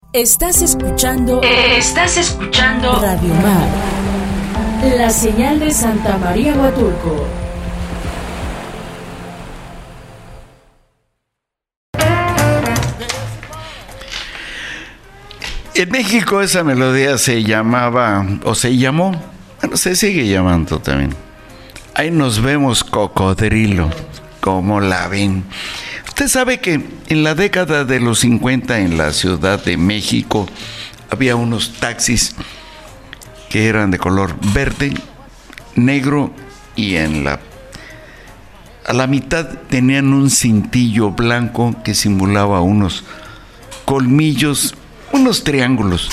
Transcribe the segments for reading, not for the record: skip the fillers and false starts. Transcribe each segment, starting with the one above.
Estás escuchando Radio Mar, la señal de Santa María Huatulco. En México esa melodía se llamaba, o se llamó, bueno, se sigue llamando también. Ahí nos vemos, Cocodrilo. ¿Cómo la ven? Usted sabe que en la década de los 50 en la Ciudad de México había unos taxis que eran de color verde, negro y a la mitad tenían un cintillo blanco que simulaba unos colmillos, unos triángulos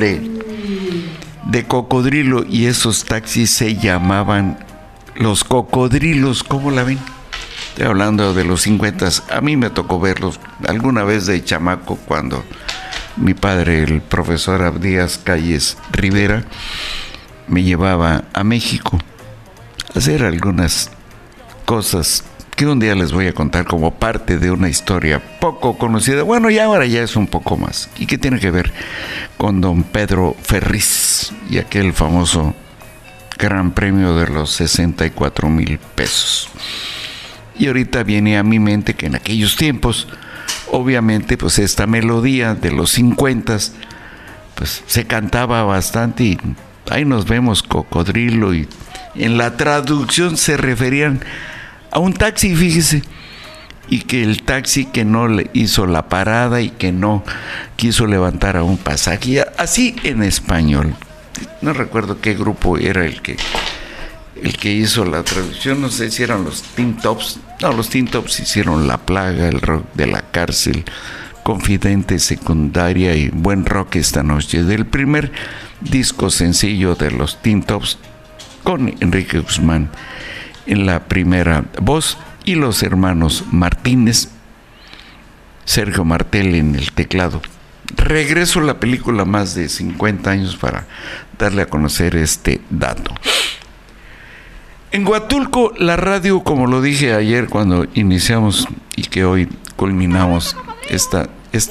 de cocodrilo, y esos taxis se llamaban los cocodrilos. ¿Cómo la ven? Estoy hablando de los 50. A mí me tocó verlos alguna vez de chamaco cuando mi padre, el profesor Abdías Calles Rivera, me llevaba a México a hacer algunas cosas que un día les voy a contar como parte de una historia poco conocida. Bueno, y ahora ya es un poco más. ¿Y qué tiene que ver con don Pedro Ferriz y aquel famoso gran premio de los 64,000 pesos? Y ahorita viene a mi mente que en aquellos tiempos, obviamente, pues esta melodía de los 50, pues se cantaba bastante, y ahí nos vemos, Cocodrilo, y en la traducción se referían a un taxi, fíjese, y que el taxi que no le hizo la parada y que no quiso levantar a un pasaje, así en español. No recuerdo qué grupo era el que hizo la traducción, no sé si eran los Tin Tops. No, los Tin Tops hicieron La Plaga, El Rock de la Cárcel, Confidente, Secundaria y Buen Rock esta noche, del primer disco sencillo de los Tin Tops, con Enrique Guzmán en la primera voz y los hermanos Martínez, Sergio Martel en el teclado. Regreso a la película más de 50 años para darle a conocer este dato. En Huatulco, la radio, como lo dije ayer cuando iniciamos y que hoy culminamos esta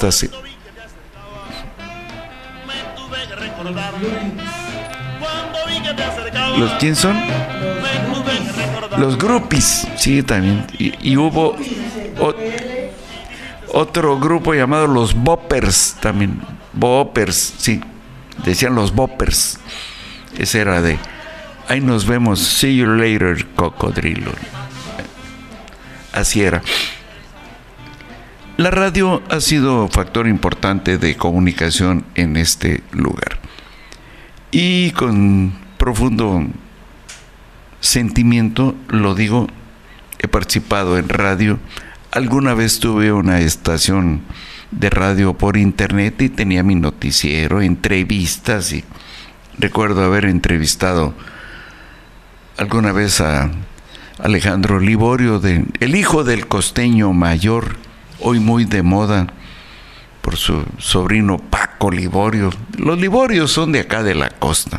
¿Los quién son? Los groupies, sí, también. Y hubo otro grupo llamado los Boppers también. Boppers, sí. Decían los Boppers. Ese era de ahí nos vemos, see you later, Cocodrilo. Así era. La radio ha sido factor importante de comunicación en este lugar. Y con profundo sentimiento lo digo, he participado en radio. Alguna vez tuve una estación de radio por internet y tenía mi noticiero, entrevistas, y recuerdo haber entrevistado alguna vez a Alejandro Liborio, el hijo del costeño mayor, hoy muy de moda por su sobrino Paco Liborio. Los Liborios son de acá de la costa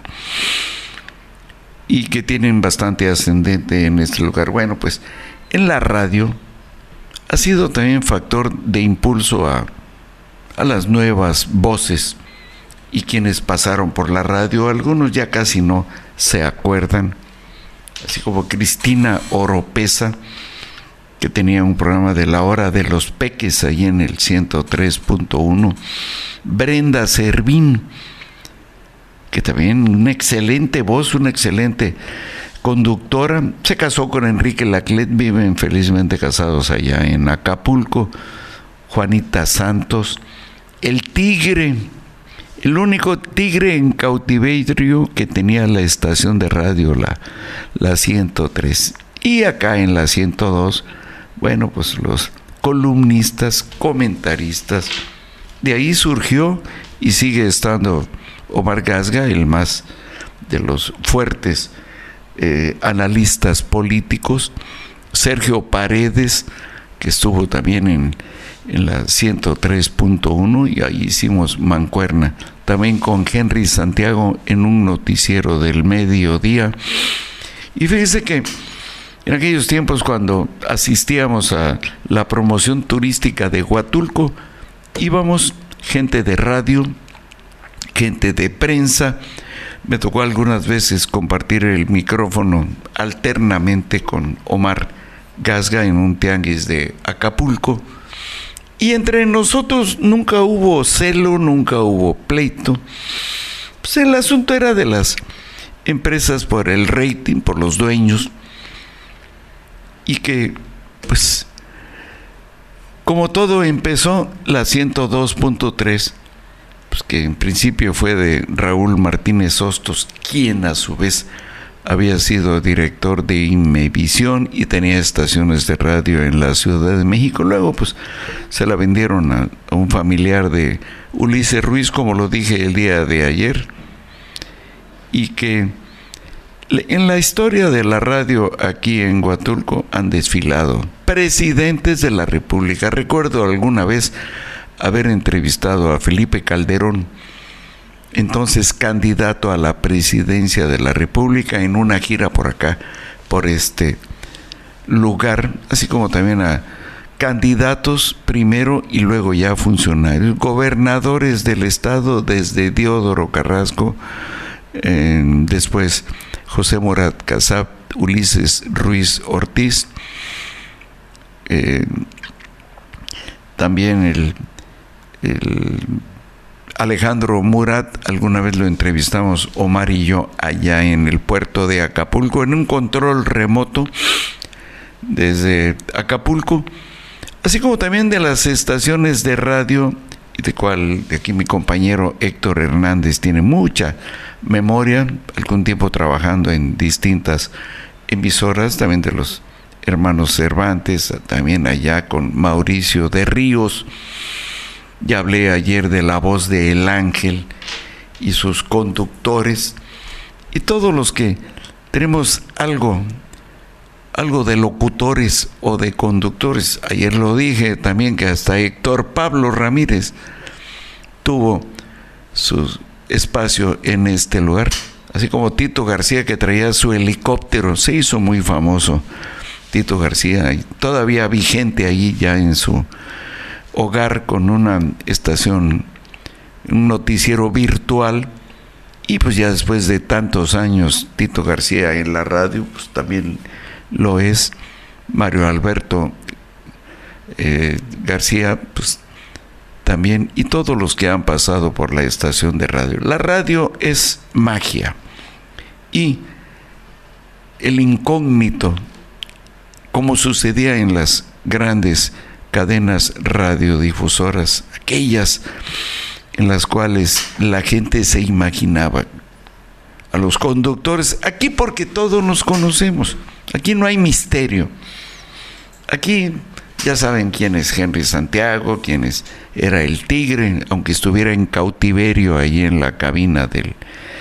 y que tienen bastante ascendente en este lugar. Bueno, pues en la radio ha sido también factor de impulso a las nuevas voces, y quienes pasaron por la radio, algunos ya casi no se acuerdan, así como Cristina Oropesa, que tenía un programa de La Hora de los Peques ahí en el 103.1, Brenda Servín, que también una excelente voz, una excelente conductora, se casó con Enrique Laclet, viven felizmente casados allá en Acapulco. Juanita Santos, el tigre, el único tigre en cautiverio que tenía la estación de radio, la 103. Y acá en la 102, bueno, pues los columnistas, comentaristas. De ahí surgió y sigue estando Omar Gasga, el más de los fuertes analistas políticos. Sergio Paredes, que estuvo también en la 103.1, y ahí hicimos mancuerna también con Henry Santiago en un noticiero del mediodía. Y fíjese que en aquellos tiempos, cuando asistíamos a la promoción turística de Huatulco, íbamos gente de radio, gente de prensa. Me tocó algunas veces compartir el micrófono alternamente con Omar Gasga en un tianguis de Acapulco. Y entre nosotros nunca hubo celo, nunca hubo pleito. Pues el asunto era de las empresas por el rating, por los dueños. Y que, pues, como todo empezó, la 102.3, pues que en principio fue de Raúl Martínez Hostos, quien a su vez había sido director de Imevisión y tenía estaciones de radio en la Ciudad de México. Luego, pues, se la vendieron a un familiar de Ulises Ruiz, como lo dije el día de ayer, y que en la historia de la radio aquí en Huatulco han desfilado presidentes de la República. Recuerdo alguna vez haber entrevistado a Felipe Calderón, entonces candidato a la presidencia de la República, en una gira por acá, por este lugar, así como también a candidatos primero y luego ya funcionarios, gobernadores del estado desde Diodoro Carrasco, después José Murat Casab, Ulises Ruiz Ortiz, también el Alejandro Murat, alguna vez lo entrevistamos Omar y yo allá en el puerto de Acapulco, en un control remoto desde Acapulco, así como también de las estaciones de radio, de aquí mi compañero Héctor Hernández tiene mucha memoria, algún tiempo trabajando en distintas emisoras, también de los hermanos Cervantes, también allá con Mauricio de Ríos. Ya hablé ayer de La Voz de El Ángel y sus conductores, y todos los que tenemos algo de locutores o de conductores. Ayer lo dije también, que hasta Héctor Pablo Ramírez tuvo su espacio en este lugar, así como Tito García, que traía su helicóptero, se hizo muy famoso Tito García, y todavía vigente ahí ya en su hogar con una estación, un noticiero virtual. Y pues ya después de tantos años Tito García en la radio, pues también lo es Mario Alberto García, pues también, y todos los que han pasado por la estación de radio. La radio es magia, y el incógnito, como sucedía en las grandes cadenas radiodifusoras, aquellas en las cuales la gente se imaginaba a los conductores, aquí porque todos nos conocemos, aquí no hay misterio, aquí ya saben quién es Henry Santiago, quién era el Tigre, aunque estuviera en cautiverio ahí en la cabina del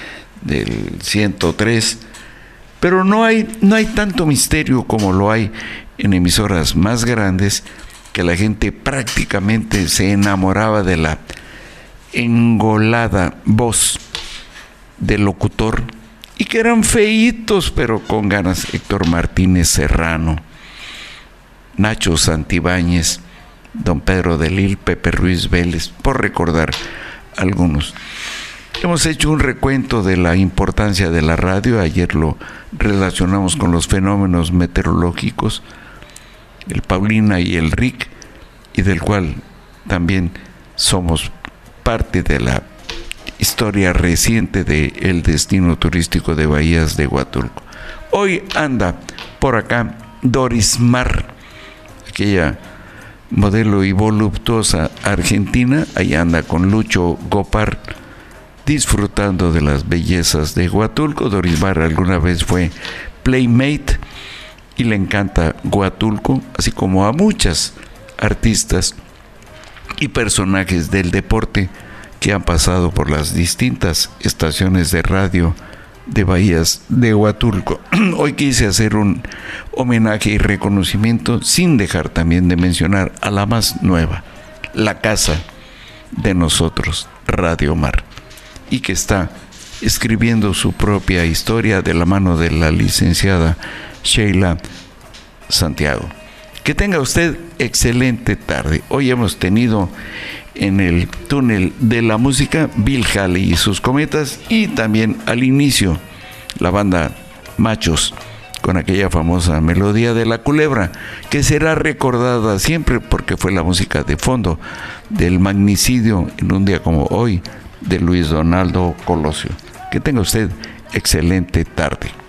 103, pero no hay tanto misterio como lo hay en emisoras más grandes, que la gente prácticamente se enamoraba de la engolada voz del locutor, y que eran feitos pero con ganas. Héctor Martínez Serrano, Nacho Santibáñez, don Pedro de Lille, Pepe Ruiz Vélez, por recordar algunos. Hemos hecho un recuento de la importancia de la radio. Ayer lo relacionamos con los fenómenos meteorológicos, el Paulina y el Rick, y del cual también somos parte de la historia reciente del destino turístico de Bahías de Huatulco. Hoy anda por acá Doris Mar, aquella modelo y voluptuosa argentina. Ahí anda con Lucho Gopar, disfrutando de las bellezas de Huatulco. Doris Mar alguna vez fue Playmate y le encanta Huatulco, así como a muchas artistas y personajes del deporte que han pasado por las distintas estaciones de radio de Bahías de Huatulco. Hoy quise hacer un homenaje y reconocimiento, sin dejar también de mencionar a la más nueva, la casa de nosotros, Radio Mar, y que está escribiendo su propia historia de la mano de la licenciada Sheila Santiago. Que tenga usted excelente tarde. Hoy hemos tenido en el túnel de la música, Bill Haley y sus Cometas, y también al inicio la banda Machos con aquella famosa melodía de La Culebra, que será recordada siempre porque fue la música de fondo del magnicidio en un día como hoy de Luis Donaldo Colosio. Que tenga usted excelente tarde.